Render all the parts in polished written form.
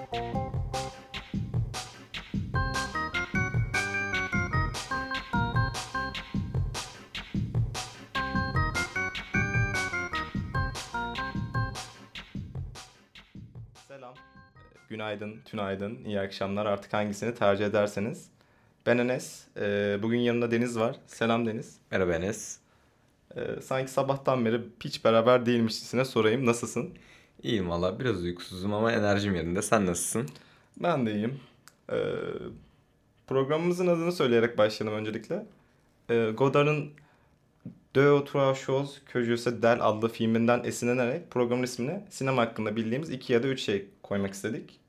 Selam, günaydın, tünaydın, iyi akşamlar artık hangisini tercih ederseniz. Ben Enes, bugün yanımda Deniz var. Selam Deniz. Merhaba Enes. Sanki sabahtan beri hiç beraber değilmişçesine sorayım, nasılsın? İyiyim valla. Biraz uykusuzum ama enerjim yerinde. Sen nasılsın? Ben de iyiyim. E, Programımızın adını söyleyerek başlayalım öncelikle. Godard'ın Deux Trois Choses que je sais d'elle adlı filminden esinlenerek programın ismini sinema hakkında bildiğimiz iki ya da üç şey koymak istedik.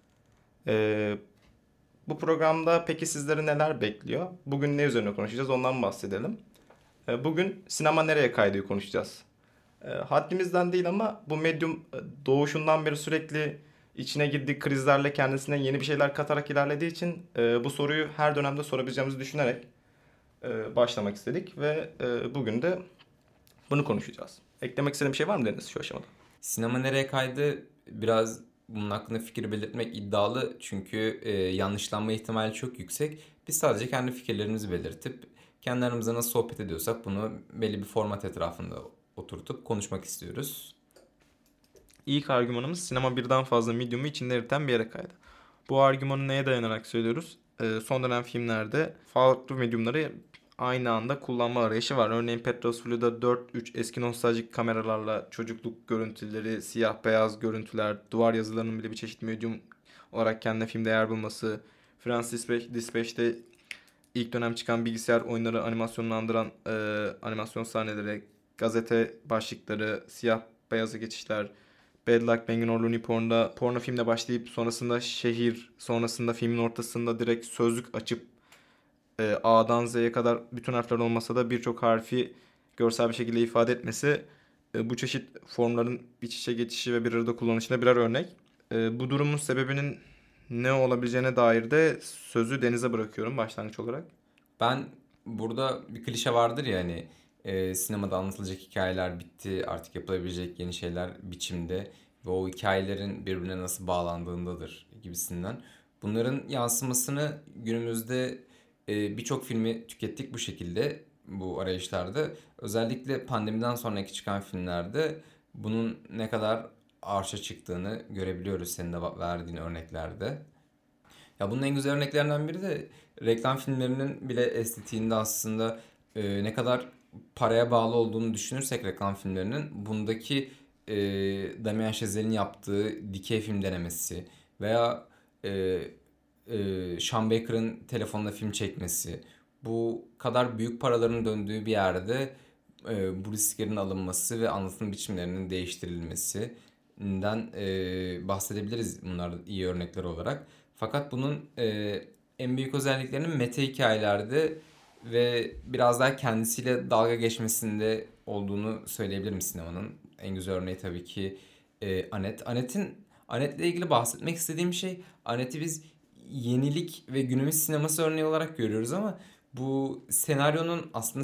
E, Bu programda peki sizleri neler bekliyor? Bugün ne üzerine konuşacağız ondan bahsedelim. Bugün sinema nereye kaydığı konuşacağız. Haddimizden değil ama bu medyum doğuşundan beri sürekli içine girdiği krizlerle kendisine yeni bir şeyler katarak ilerlediği için bu soruyu her dönemde sorabileceğimizi düşünerek başlamak istedik ve bugün de bunu konuşacağız. Eklemek istediğin bir şey var mı Deniz şu aşamada? Sinema nereye kaydı? Biraz bunun hakkında fikir belirtmek iddialı. Çünkü yanlışlanma ihtimali çok yüksek. Biz sadece kendi fikirlerimizi belirtip kendi aramızda nasıl sohbet ediyorsak bunu belli bir format etrafında oturtup konuşmak istiyoruz. İlk argümanımız sinema birden fazla medyumu içinde eriten bir yere kaydı. Bu argümanı neye dayanarak söylüyoruz? Son dönem filmlerde farklı medyumları aynı anda kullanma arayışı var. Örneğin Petros Flu'da 4-3 eski nostaljik kameralarla çocukluk görüntüleri, siyah beyaz görüntüler, duvar yazılarının bile bir çeşit medyum olarak kendine filmde yer bulması, Francis Dispatch'te ilk dönem çıkan bilgisayar oyunları animasyonunu andıran animasyon sahneleri, gazete başlıkları, siyah beyaza geçişler, Bad Luck Bangin' or Looney Porn'da porno filmle başlayıp sonrasında şehir, sonrasında filmin ortasında direkt sözlük açıp A'dan Z'ye kadar bütün harfler olmasa da birçok harfi görsel bir şekilde ifade etmesi bu çeşit formların iç içe geçişi ve bir arada kullanışına birer örnek. Bu durumun sebebinin ne olabileceğine dair de sözü Deniz'e bırakıyorum başlangıç olarak. Ben burada bir klişe vardır ya hani sinemada anlatılacak hikayeler bitti, artık yapılabilecek yeni şeyler biçimde ve o hikayelerin birbirine nasıl bağlandığındadır gibisinden. Bunların yansımasını günümüzde birçok filmi tükettik bu şekilde, bu arayışlarda. Özellikle pandemiden sonraki çıkan filmlerde bunun ne kadar arşa çıktığını görebiliyoruz senin de verdiğin örneklerde. Ya bunun en güzel örneklerinden biri de reklam filmlerinin bile estetiğinde aslında ne kadar paraya bağlı olduğunu düşünürsek reklam filmlerinin bundaki Damien Chazelle'in yaptığı dikey film denemesi veya e, Sean Baker'ın telefonla film çekmesi, bu kadar büyük paraların döndüğü bir yerde bu risklerin alınması ve anlatım biçimlerinin değiştirilmesinden bahsedebiliriz, bunlar iyi örnekler olarak. Fakat bunun en büyük özelliklerinin meta hikayelerde ve biraz daha kendisiyle dalga geçmesinde olduğunu söyleyebilirim sinemanın. En güzel örneği tabii ki Annette. Annette'le ilgili bahsetmek istediğim şey, Annette'i biz yenilik ve günümüz sineması örneği olarak görüyoruz ama bu senaryonun aslında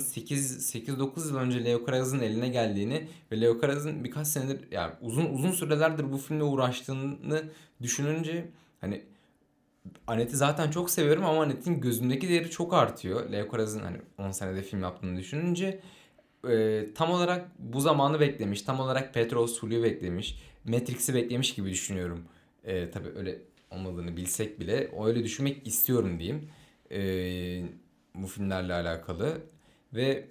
8-9 yıl önce Leo Carax'ın eline geldiğini ve Leo Carax'ın birkaç senedir, yani uzun uzun sürelerdir bu filmle uğraştığını düşününce, hani Annette'i zaten çok seviyorum ama Annette'in gözümdeki değeri çok artıyor. Leo Carax'ın hani 10 senede film yaptığını düşününce tam olarak bu zamanı beklemiş. Tam olarak Petros Sully'yi beklemiş. Matrix'i beklemiş gibi düşünüyorum. Tabii öyle olmadığını bilsek bile öyle düşünmek istiyorum diyeyim. Bu filmlerle alakalı. Ve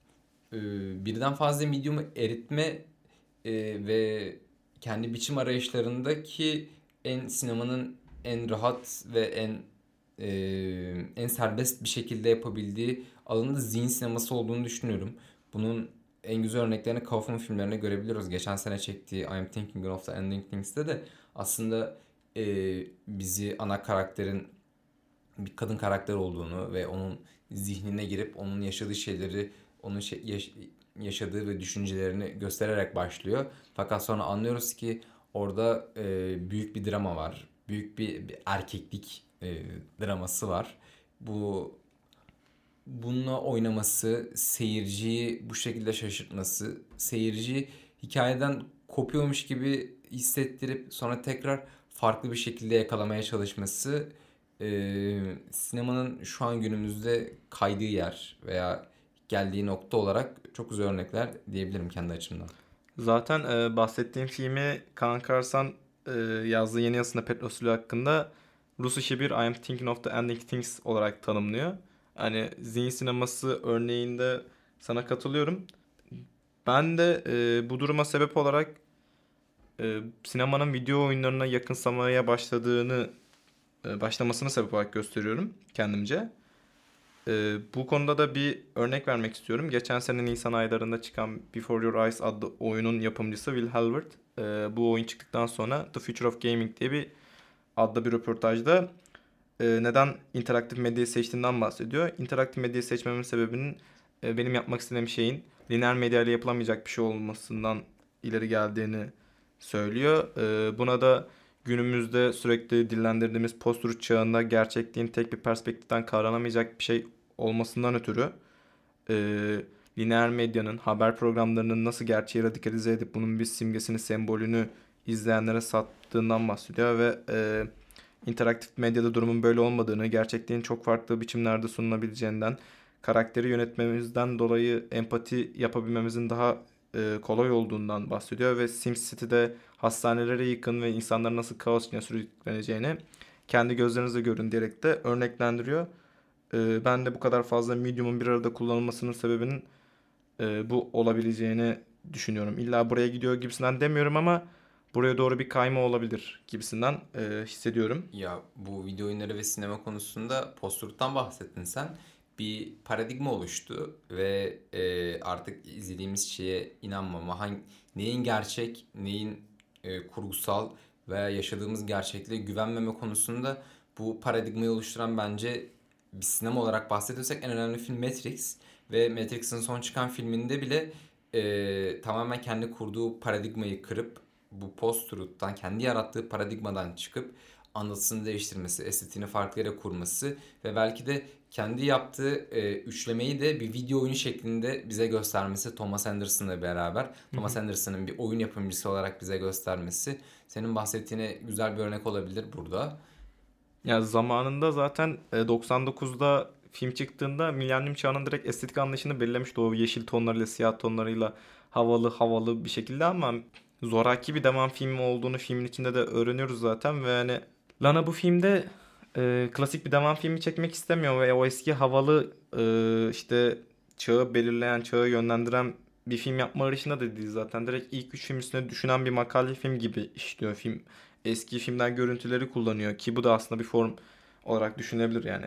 birden fazla medium'u eritme ve kendi biçim arayışlarındaki sinemanın en rahat ve en serbest bir şekilde yapabildiği alanında zihin sineması olduğunu düşünüyorum. Bunun en güzel örneklerini Kaufman filmlerine görebiliyoruz. Geçen sene çektiği I'm Thinking of the Ending Things'te de aslında bizi ana karakterin bir kadın karakter olduğunu ve onun zihnine girip onun yaşadığı şeyleri, onun yaşadığı ve düşüncelerini göstererek başlıyor. Fakat sonra anlıyoruz ki orada büyük bir drama var. Büyük bir erkeklik draması var. Bununla oynaması, seyirciyi bu şekilde şaşırtması, seyirciyi hikayeden kopuyormuş gibi hissettirip sonra tekrar farklı bir şekilde yakalamaya çalışması sinemanın şu an günümüzde kaydığı yer veya geldiği nokta olarak çok güzel örnekler diyebilirim kendi açımdan. Zaten bahsettiğim filmi Kaan Karsan yazdığı yeni yazısında Petrosulu hakkında Rus işi bir I am thinking of the ending things olarak tanımlıyor. Hani zihin sineması örneğinde sana katılıyorum. Ben de bu duruma sebep olarak sinemanın video oyunlarına yakınsamaya başlamasını sebep olarak gösteriyorum kendimce. Bu konuda da bir örnek vermek istiyorum. Geçen sene Nisan aylarında çıkan Before Your Eyes adlı oyunun yapımcısı Will Halvard, bu oyun çıktıktan sonra The Future of Gaming diye adlı bir röportajda neden interaktif medyayı seçtiğinden bahsediyor. İnteraktif medyayı seçmemin sebebinin benim yapmak istediğim şeyin lineer medya ile yapılamayacak bir şey olmasından ileri geldiğini söylüyor. Buna da günümüzde sürekli dillendirdiğimiz post-truth çağında gerçekliğin tek bir perspektiften kavranamayacak bir şey olmasından ötürü e, lineer medyanın, haber programlarının nasıl gerçeği radikalize edip bunun bir simgesini, sembolünü izleyenlere sattığından bahsediyor ve interaktif medyada durumun böyle olmadığını, gerçekliğin çok farklı biçimlerde sunulabileceğinden, karakteri yönetmemizden dolayı empati yapabilmemizin daha kolay olduğundan bahsediyor ve SimCity'de hastanelere yıkın ve insanların nasıl kaos içine sürükleneceğini kendi gözlerinizle görün diyerek de örneklendiriyor. Ben de bu kadar fazla medium'un bir arada kullanılmasının sebebinin bu olabileceğini düşünüyorum. İlla buraya gidiyor gibisinden demiyorum ama buraya doğru bir kayma olabilir gibisinden hissediyorum. Ya bu video oyunları ve sinema konusunda post bahsettin sen. Bir paradigma oluştu ve artık izlediğimiz şeye inanmama, neyin gerçek, neyin kurgusal veya yaşadığımız gerçekliğe güvenmeme konusunda bu paradigmayı oluşturan bence bir sinema olarak bahsediyorsak en önemli film Matrix ve Matrix'in son çıkan filminde bile tamamen kendi kurduğu paradigmayı kırıp bu post-truth'tan kendi yarattığı paradigmadan çıkıp anlatısını değiştirmesi, estetiğini farklı yere kurması ve belki de kendi yaptığı üçlemeyi de bir video oyunu şeklinde bize göstermesi Thomas Anderson'la beraber. Hı Thomas hı. Anderson'ın bir oyun yapımcısı olarak bize göstermesi senin bahsettiğine güzel bir örnek olabilir burada. Ya zamanında zaten 99'da film çıktığında Milenyum Çağı'nın direkt estetik anlayışını belirlemişti. O yeşil tonlarıyla, siyah tonlarıyla havalı havalı bir şekilde ama zoraki bir devam filmi olduğunu filmin içinde de öğreniyoruz zaten ve hani Lana bu filmde klasik bir devam filmi çekmek istemiyor ve o eski havalı işte çağı belirleyen, çağı yönlendiren bir film yapma arayışında da değil zaten. Direkt ilk üç film üstüne düşünen bir makale film gibi işliyor film. Eski filmden görüntüleri kullanıyor ki bu da aslında bir form olarak düşünülebilir yani.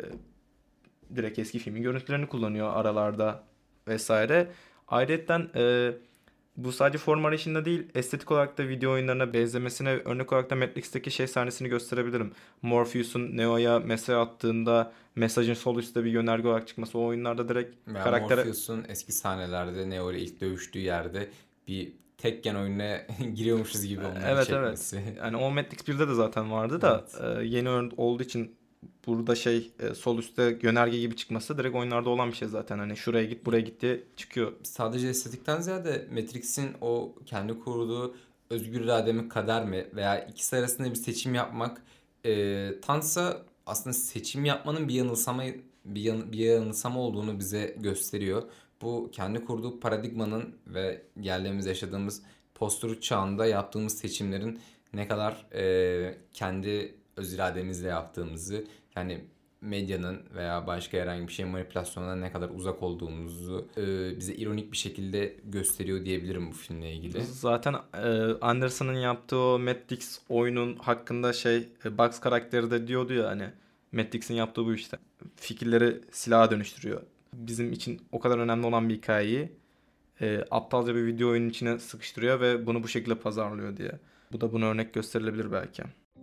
Direkt eski filmin görüntülerini kullanıyor aralarda vesaire. Ayrıca bu sadece form arayışında değil, estetik olarak da video oyunlarına benzemesine örnek olarak da Matrix'teki şey sahnesini gösterebilirim. Morpheus'un Neo'ya mesaj attığında mesajın sol üstte bir yönerge olarak çıkması o oyunlarda direkt Veya karaktere... Morpheus'un eski sahnelerde Neo ile ilk dövüştüğü yerde bir Tekken oyununa giriyormuşuz gibi onları Evet, evet. çekmesi. Yani o Matrix 1'de de zaten vardı da Evet. yeni olduğu için burada sol üstte yönerge gibi çıkması direkt oyunlarda olan bir şey zaten. Hani şuraya git buraya git diye çıkıyor. Sadece estetikten ziyade Matrix'in o kendi kurduğu özgür irade mi kader mi veya ikisi arasında bir seçim yapmak tansa aslında seçim yapmanın bir yanılsama olduğunu bize gösteriyor. Bu kendi kurduğu paradigmanın ve geldiğimiz yaşadığımız post çağında yaptığımız seçimlerin ne kadar kendi öz irademizle yaptığımızı yani medyanın veya başka herhangi bir şeyin manipülasyonuna ne kadar uzak olduğumuzu bize ironik bir şekilde gösteriyor diyebilirim bu filmle ilgili. Zaten Anderson'ın yaptığı o Matrix oyunun hakkında Bugs karakteri de diyordu ya hani Matrix'in yaptığı bu işte. Fikirleri silaha dönüştürüyor. Bizim için o kadar önemli olan bir hikayeyi aptalca bir video oyunun içine sıkıştırıyor ve bunu bu şekilde pazarlıyor diye. Bu da buna örnek gösterilebilir belki.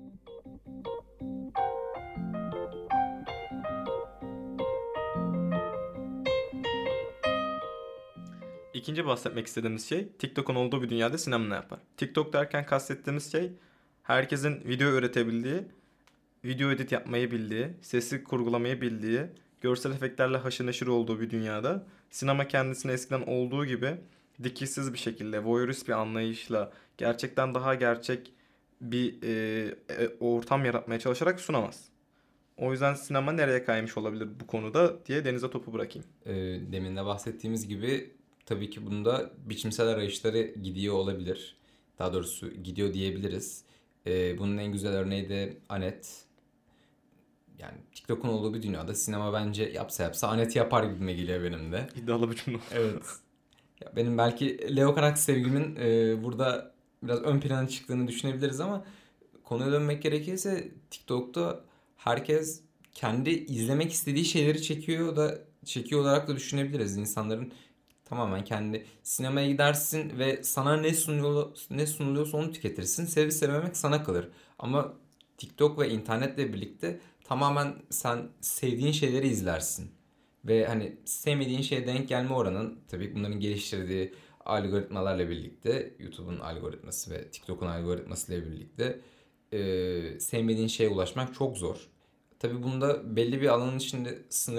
İkinci bahsetmek istediğimiz şey TikTok'un olduğu bir dünyada sinema ne yapar? TikTok derken kastettiğimiz şey herkesin video üretebildiği, video edit yapmayı bildiği, sesi kurgulamayı bildiği, görsel efektlerle haşır neşir olduğu bir dünyada sinema kendisine eskiden olduğu gibi dikişsiz bir şekilde, voyeurist bir anlayışla gerçekten daha gerçek bir ortam yaratmaya çalışarak sunamaz. O yüzden sinema nereye kaymış olabilir bu konuda diye Deniz'e topu bırakayım. Demin de bahsettiğimiz gibi tabii ki bunda biçimsel arayışları gidiyor olabilir. Daha doğrusu gidiyor diyebiliriz. Bunun en güzel örneği de Anet. Yani TikTok'un olduğu bir dünyada sinema bence yapsa Anet yapar gibime geliyor benim de. İddialı bir cümle. Evet. Ya benim belki Leo Carax sevgimin burada biraz ön plana çıktığını düşünebiliriz ama konuya dönmek gerekirse TikTok'ta herkes kendi izlemek istediği şeyleri çekiyor olarak da düşünebiliriz. İnsanların tamamen kendi sinemaya gidersin ve sana ne sunuluyorsa onu tüketirsin. Sevip sevmemek sana kalır. Ama TikTok ve internetle birlikte tamamen sen sevdiğin şeyleri izlersin. Ve hani sevmediğin şeye denk gelme oranın tabii bunların geliştirdiği algoritmalarla birlikte YouTube'un algoritması ve TikTok'un algoritması ile birlikte sevmediğin şeye ulaşmak çok zor. Tabii bunda belli bir alanın içinde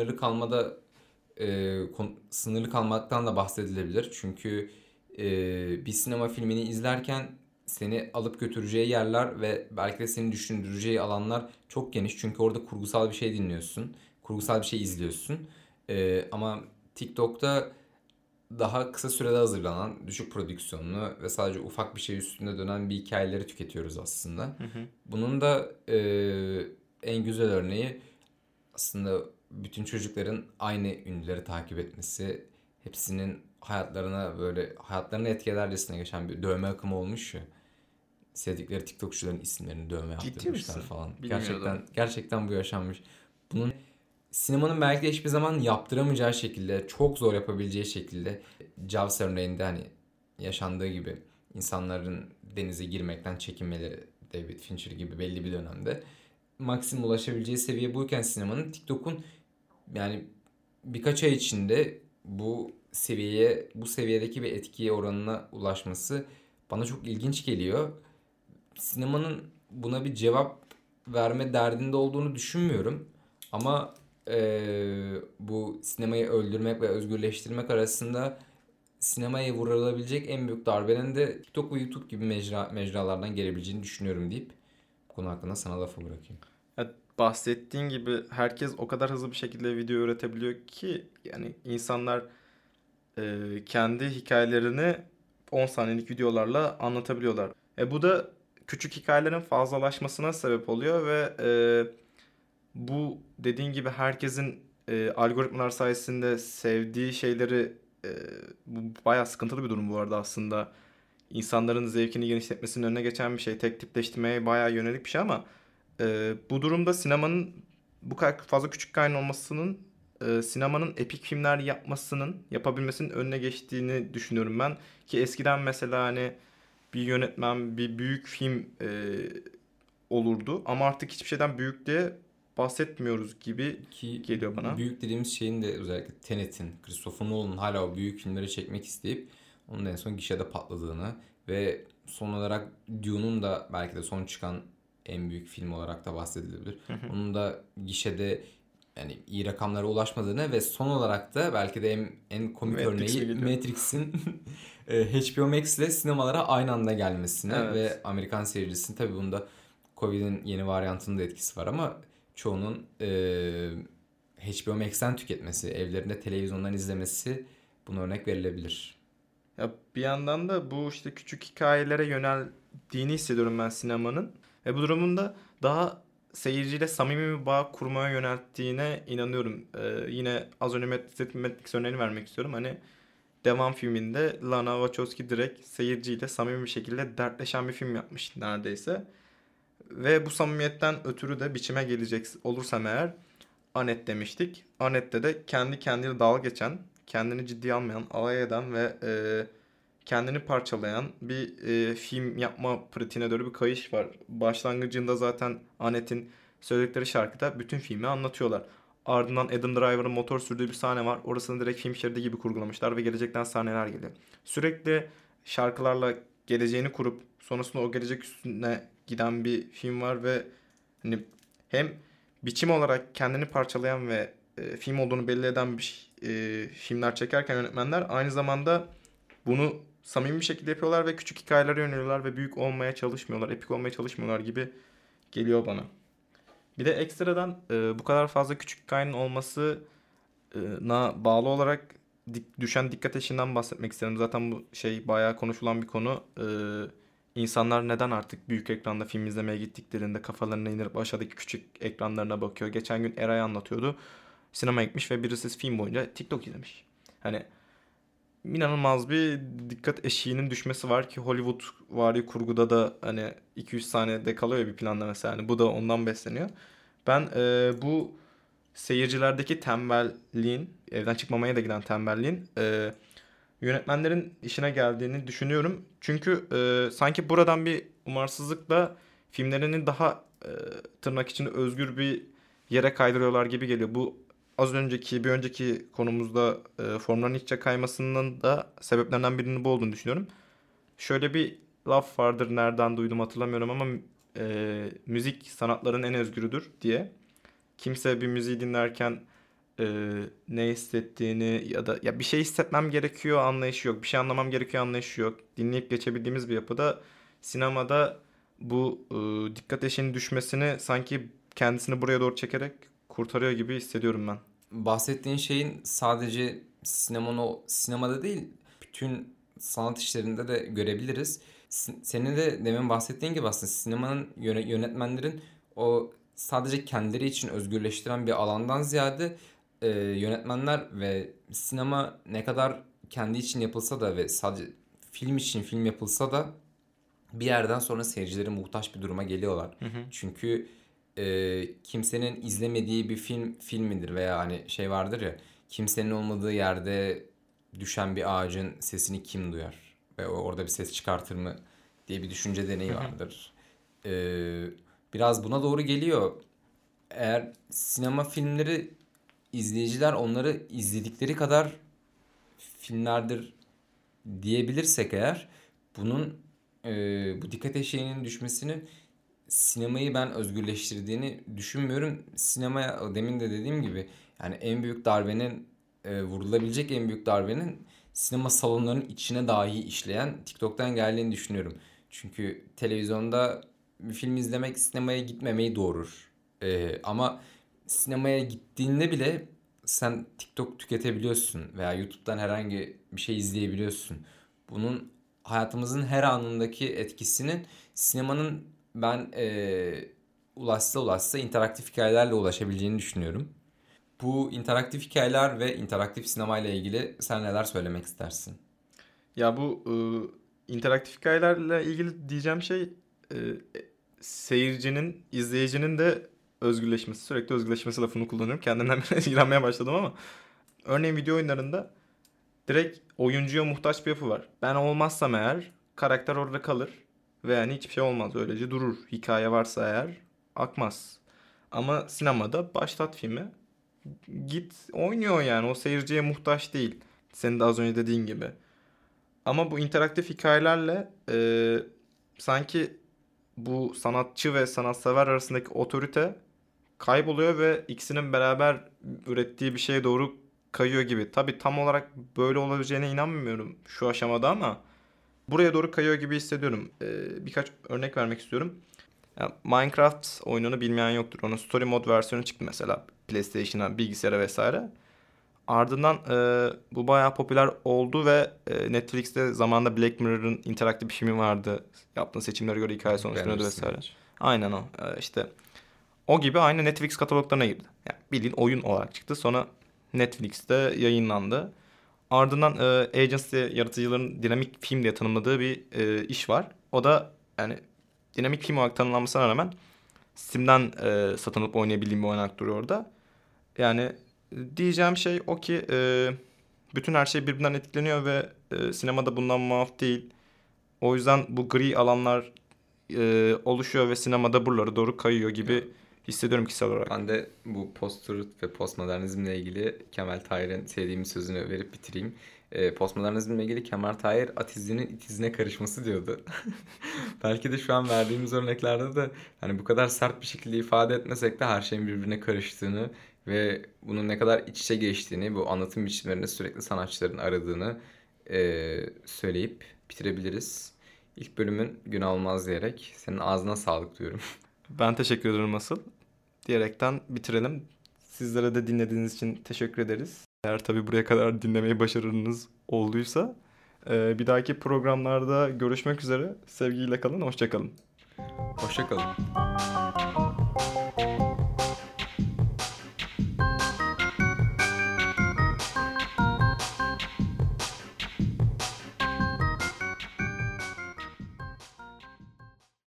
sınırlı kalmaktan da bahsedilebilir. Çünkü bir sinema filmini izlerken seni alıp götüreceği yerler ve belki de seni düşündüreceği alanlar çok geniş. Çünkü orada kurgusal bir şey dinliyorsun. Kurgusal bir şey izliyorsun. Ama TikTok'ta daha kısa sürede hazırlanan, düşük prodüksiyonlu ve sadece ufak bir şey üstünde dönen bir hikayeleri tüketiyoruz aslında. Hı hı. Bunun da en güzel örneği aslında bütün çocukların aynı ünlüleri takip etmesi, hepsinin hayatlarını etkilercesine geçen bir dövme akımı olmuş ya. Sevdikleri TikTokçuların isimlerini dövme Ciddi yaptırmışlar misin? falan. Bilmiyordum. Gerçekten bu yaşanmış. Bunun sinemanın belki de hiçbir zaman yaptıramayacağı şekilde, çok zor yapabileceği şekilde Jaws örneğinde hani yaşandığı gibi insanların denize girmekten çekinmeleri David Fincher gibi belli bir dönemde maksimum ulaşabileceği seviye buyken sinemanın TikTok'un yani birkaç ay içinde bu seviyedeki bir etkiye oranına ulaşması bana çok ilginç geliyor. Sinemanın buna bir cevap verme derdinde olduğunu düşünmüyorum. Ama bu sinemayı öldürmek ve özgürleştirmek arasında sinemaya vurulabilecek en büyük darbenin de TikTok ve YouTube gibi mecralardan gelebileceğini düşünüyorum deyip bu konu hakkında sana lafı bırakayım. Ya, bahsettiğin gibi herkes o kadar hızlı bir şekilde video üretebiliyor ki yani insanlar kendi hikayelerini 10 saniyelik videolarla anlatabiliyorlar. Bu da küçük hikayelerin fazlalaşmasına sebep oluyor ve bu dediğin gibi herkesin algoritmalar sayesinde sevdiği şeyleri e, bu bayağı sıkıntılı bir durum bu arada aslında. İnsanların zevkini genişletmesinin önüne geçen bir şey. Tek tipleştirmeye bayağı yönelik bir şey ama bu durumda sinemanın bu kadar fazla küçük kaynağı olmasının sinemanın epik filmler yapabilmesinin önüne geçtiğini düşünüyorum ben. Ki eskiden mesela hani bir yönetmen bir büyük film olurdu ama artık hiçbir şeyden büyük diye bahsetmiyoruz gibi Ki geliyor bana. büyük dediğimiz şeyin de özellikle Tenet'in, Christopher Nolan'ın hala o büyük filmleri çekmek isteyip onun en son gişede patladığını ve son olarak Dune'un da belki de son çıkan en büyük film olarak da bahsedilebilir. Onun da gişede yani iyi rakamlara ulaşmadığını ve son olarak da belki de en komik Matrix mi örneği geliyor? Matrix'in HBO Max ile sinemalara aynı anda gelmesine Evet. ve Amerikan seyircisinin tabii bunda Covid'in yeni varyantının da etkisi var ama çoğunun HBO Max'ten tüketmesi, evlerinde televizyondan izlemesi buna örnek verilebilir. Ya bir yandan da bu işte küçük hikayelere yöneldiğini hissediyorum ben sinemanın. Ve bu durumun da daha seyirciyle samimi bir bağ kurmaya yönelttiğine inanıyorum. Yine az önce Matrix örneğini vermek istiyorum. Hani devam filminde Lana Wachowski direkt seyirciyle samimi bir şekilde dertleşen bir film yapmış neredeyse. Ve bu samimiyetten ötürü de biçime gelecek olursam eğer Anet demiştik. Anet'te de kendi kendine dalga geçen, kendini ciddiye almayan, alay eden ve kendini parçalayan bir film yapma pratiğine doğru bir kayış var. Başlangıcında zaten Anet'in söyledikleri şarkıda bütün filmi anlatıyorlar. Ardından Adam Driver'ın motor sürdüğü bir sahne var. Orasını direkt film şeridi gibi kurgulamışlar ve gelecekten sahneler geliyor. Sürekli şarkılarla geleceğini kurup sonrasında o gelecek üstüne giden bir film var ve hani hem biçim olarak kendini parçalayan ve film olduğunu belli eden filmler çekerken yönetmenler aynı zamanda bunu samimi bir şekilde yapıyorlar ve küçük hikayelere yöneliyorlar ve büyük olmaya çalışmıyorlar, epik olmaya çalışmıyorlar gibi geliyor bana. Bir de ekstradan bu kadar fazla küçük hikayenin olmasına bağlı olarak düşen dikkat eşiğinden bahsetmek isterim. Zaten bu şey bayağı konuşulan bir konu. İnsanlar neden artık büyük ekranda film izlemeye gittiklerinde kafalarına indirip aşağıdaki küçük ekranlarına bakıyor. Geçen gün Eray anlatıyordu. Sinemaya gitmiş ve birisi film boyunca TikTok izlemiş. Hani inanılmaz bir dikkat eşiğinin düşmesi var ki Hollywood vari kurguda da hani 200 saniyede kalıyor ya bir planda mesela. Hani bu da ondan besleniyor. Ben bu seyircilerdeki tembelliğin, evden çıkmamaya da giden tembelliğin yönetmenlerin işine geldiğini düşünüyorum. Çünkü sanki buradan bir umarsızlıkla filmlerini daha tırnak içinde özgür bir yere kaydırıyorlar gibi geliyor. Bu az önceki bir önceki konumuzda formların içe kaymasının da sebeplerinden birinin bu olduğunu düşünüyorum. Şöyle bir laf vardır, nereden duydum hatırlamıyorum ama müzik sanatların en özgürüdür diye. Kimse bir müziği dinlerken ne hissettiğini ya da ya bir şey hissetmem gerekiyor anlayışı yok. Bir şey anlamam gerekiyor anlayışı yok. Dinleyip geçebildiğimiz bir yapıda sinemada bu dikkat eşiğinin düşmesini sanki kendisini buraya doğru çekerek kurtarıyor gibi hissediyorum ben. Bahsettiğin şeyin sadece sinemada değil, bütün sanat işlerinde de görebiliriz. Senin de demin bahsettiğin gibi aslında sinemanın yönetmenlerin o sadece kendileri için özgürleştiren bir alandan ziyade yönetmenler ve sinema ne kadar kendi için yapılsa da ve sadece film için film yapılsa da bir yerden sonra seyircilere muhtaç bir duruma geliyorlar. Hı hı. Çünkü kimsenin izlemediği bir filmidir veya hani şey vardır ya, kimsenin olmadığı yerde düşen bir ağacın sesini kim duyar ve orada bir ses çıkartır mı diye bir düşünce Hı deneyi hı. vardır. Eee, Biraz buna doğru geliyor. Eğer sinema filmleri, izleyiciler onları izledikleri kadar filmlerdir diyebilirsek eğer, bunun bu dikkat eşiğinin düşmesinin sinemayı ben özgürleştirdiğini düşünmüyorum. Sinemaya demin de dediğim gibi yani en büyük darbenin, vurulabilecek en büyük darbenin sinema salonlarının içine dahi işleyen TikTok'tan geldiğini düşünüyorum. Çünkü televizyonda bir film izlemek sinemaya gitmemeyi doğurur. Ama sinemaya gittiğinde bile sen TikTok tüketebiliyorsun veya YouTube'dan herhangi bir şey izleyebiliyorsun. Bunun hayatımızın her anındaki etkisinin sinemanın ben ulaşsa interaktif hikayelerle ulaşabileceğini düşünüyorum. Bu interaktif hikayeler ve interaktif sinema ile ilgili sen neler söylemek istersin? Ya bu interaktif hikayelerle ilgili diyeceğim şey e, seyircinin, izleyicinin de özgürleşmesi. Sürekli özgürleşmesi lafını kullanıyorum. Kendimden biraz iğrenmeye başladım ama örneğin video oyunlarında direkt oyuncuya muhtaç bir yapı var. Ben olmazsam eğer karakter orada kalır ve yani hiçbir şey olmaz. Öylece durur. Hikaye varsa eğer akmaz. Ama sinemada başlat filmi. Git oynuyor yani. O seyirciye muhtaç değil. Senin de az önce dediğin gibi. Ama bu interaktif hikayelerle sanki bu sanatçı ve sanatsever arasındaki otorite kayboluyor ve ikisinin beraber ürettiği bir şeye doğru kayıyor gibi. Tabii tam olarak böyle olabileceğine inanmıyorum şu aşamada ama buraya doğru kayıyor gibi hissediyorum. Birkaç örnek vermek istiyorum. Ya Minecraft oyununu bilmeyen yoktur. Onun story mode versiyonu çıktı mesela PlayStation'a, bilgisayara vesaire. Ardından bu bayağı popüler oldu ve Netflix'te zamanında Black Mirror'ın interaktif bir filmi vardı. Yaptığın seçimlere göre hikaye sonuçlanıyordu vesaire. Bandersnatch. Aynen o. İşte o gibi aynı Netflix kataloglarına girdi. Yani bildiğin oyun olarak çıktı. Sonra Netflix'te yayınlandı. Ardından Agency yaratıcıların dinamik film diye tanımladığı bir iş var. O da yani dinamik film olarak tanımlanmasına rağmen Steam'den satın alıp oynayabildiğim bir oynak duruyor orada. Yani diyeceğim şey o ki bütün her şey birbirinden etkileniyor ve sinemada bundan muaf değil. O yüzden bu gri alanlar oluşuyor ve sinemada buralara doğru kayıyor Ya, gibi hissediyorum kişisel olarak. ben de bu post-truth ve postmodernizmle ilgili Kemal Tahir'in sevdiğim sözünü verip bitireyim. Postmodernizmle ilgili Kemal Tahir atizinin itizine karışması diyordu. Belki de şu an verdiğimiz örneklerde de hani bu kadar sert bir şekilde ifade etmesek de her şeyin birbirine karıştığını ve bunun ne kadar iç içe geçtiğini, bu anlatım biçimlerinde sürekli sanatçıların aradığını söyleyip bitirebiliriz. İlk bölümün günah olmaz diyerek senin ağzına sağlık diyorum. Ben teşekkür ederim asıl. Diyerekten bitirelim. Sizlere de dinlediğiniz için teşekkür ederiz. Eğer tabii buraya kadar dinlemeyi başarınız olduysa bir dahaki programlarda görüşmek üzere. Sevgiyle kalın, hoşça kalın. Hoşça kalın.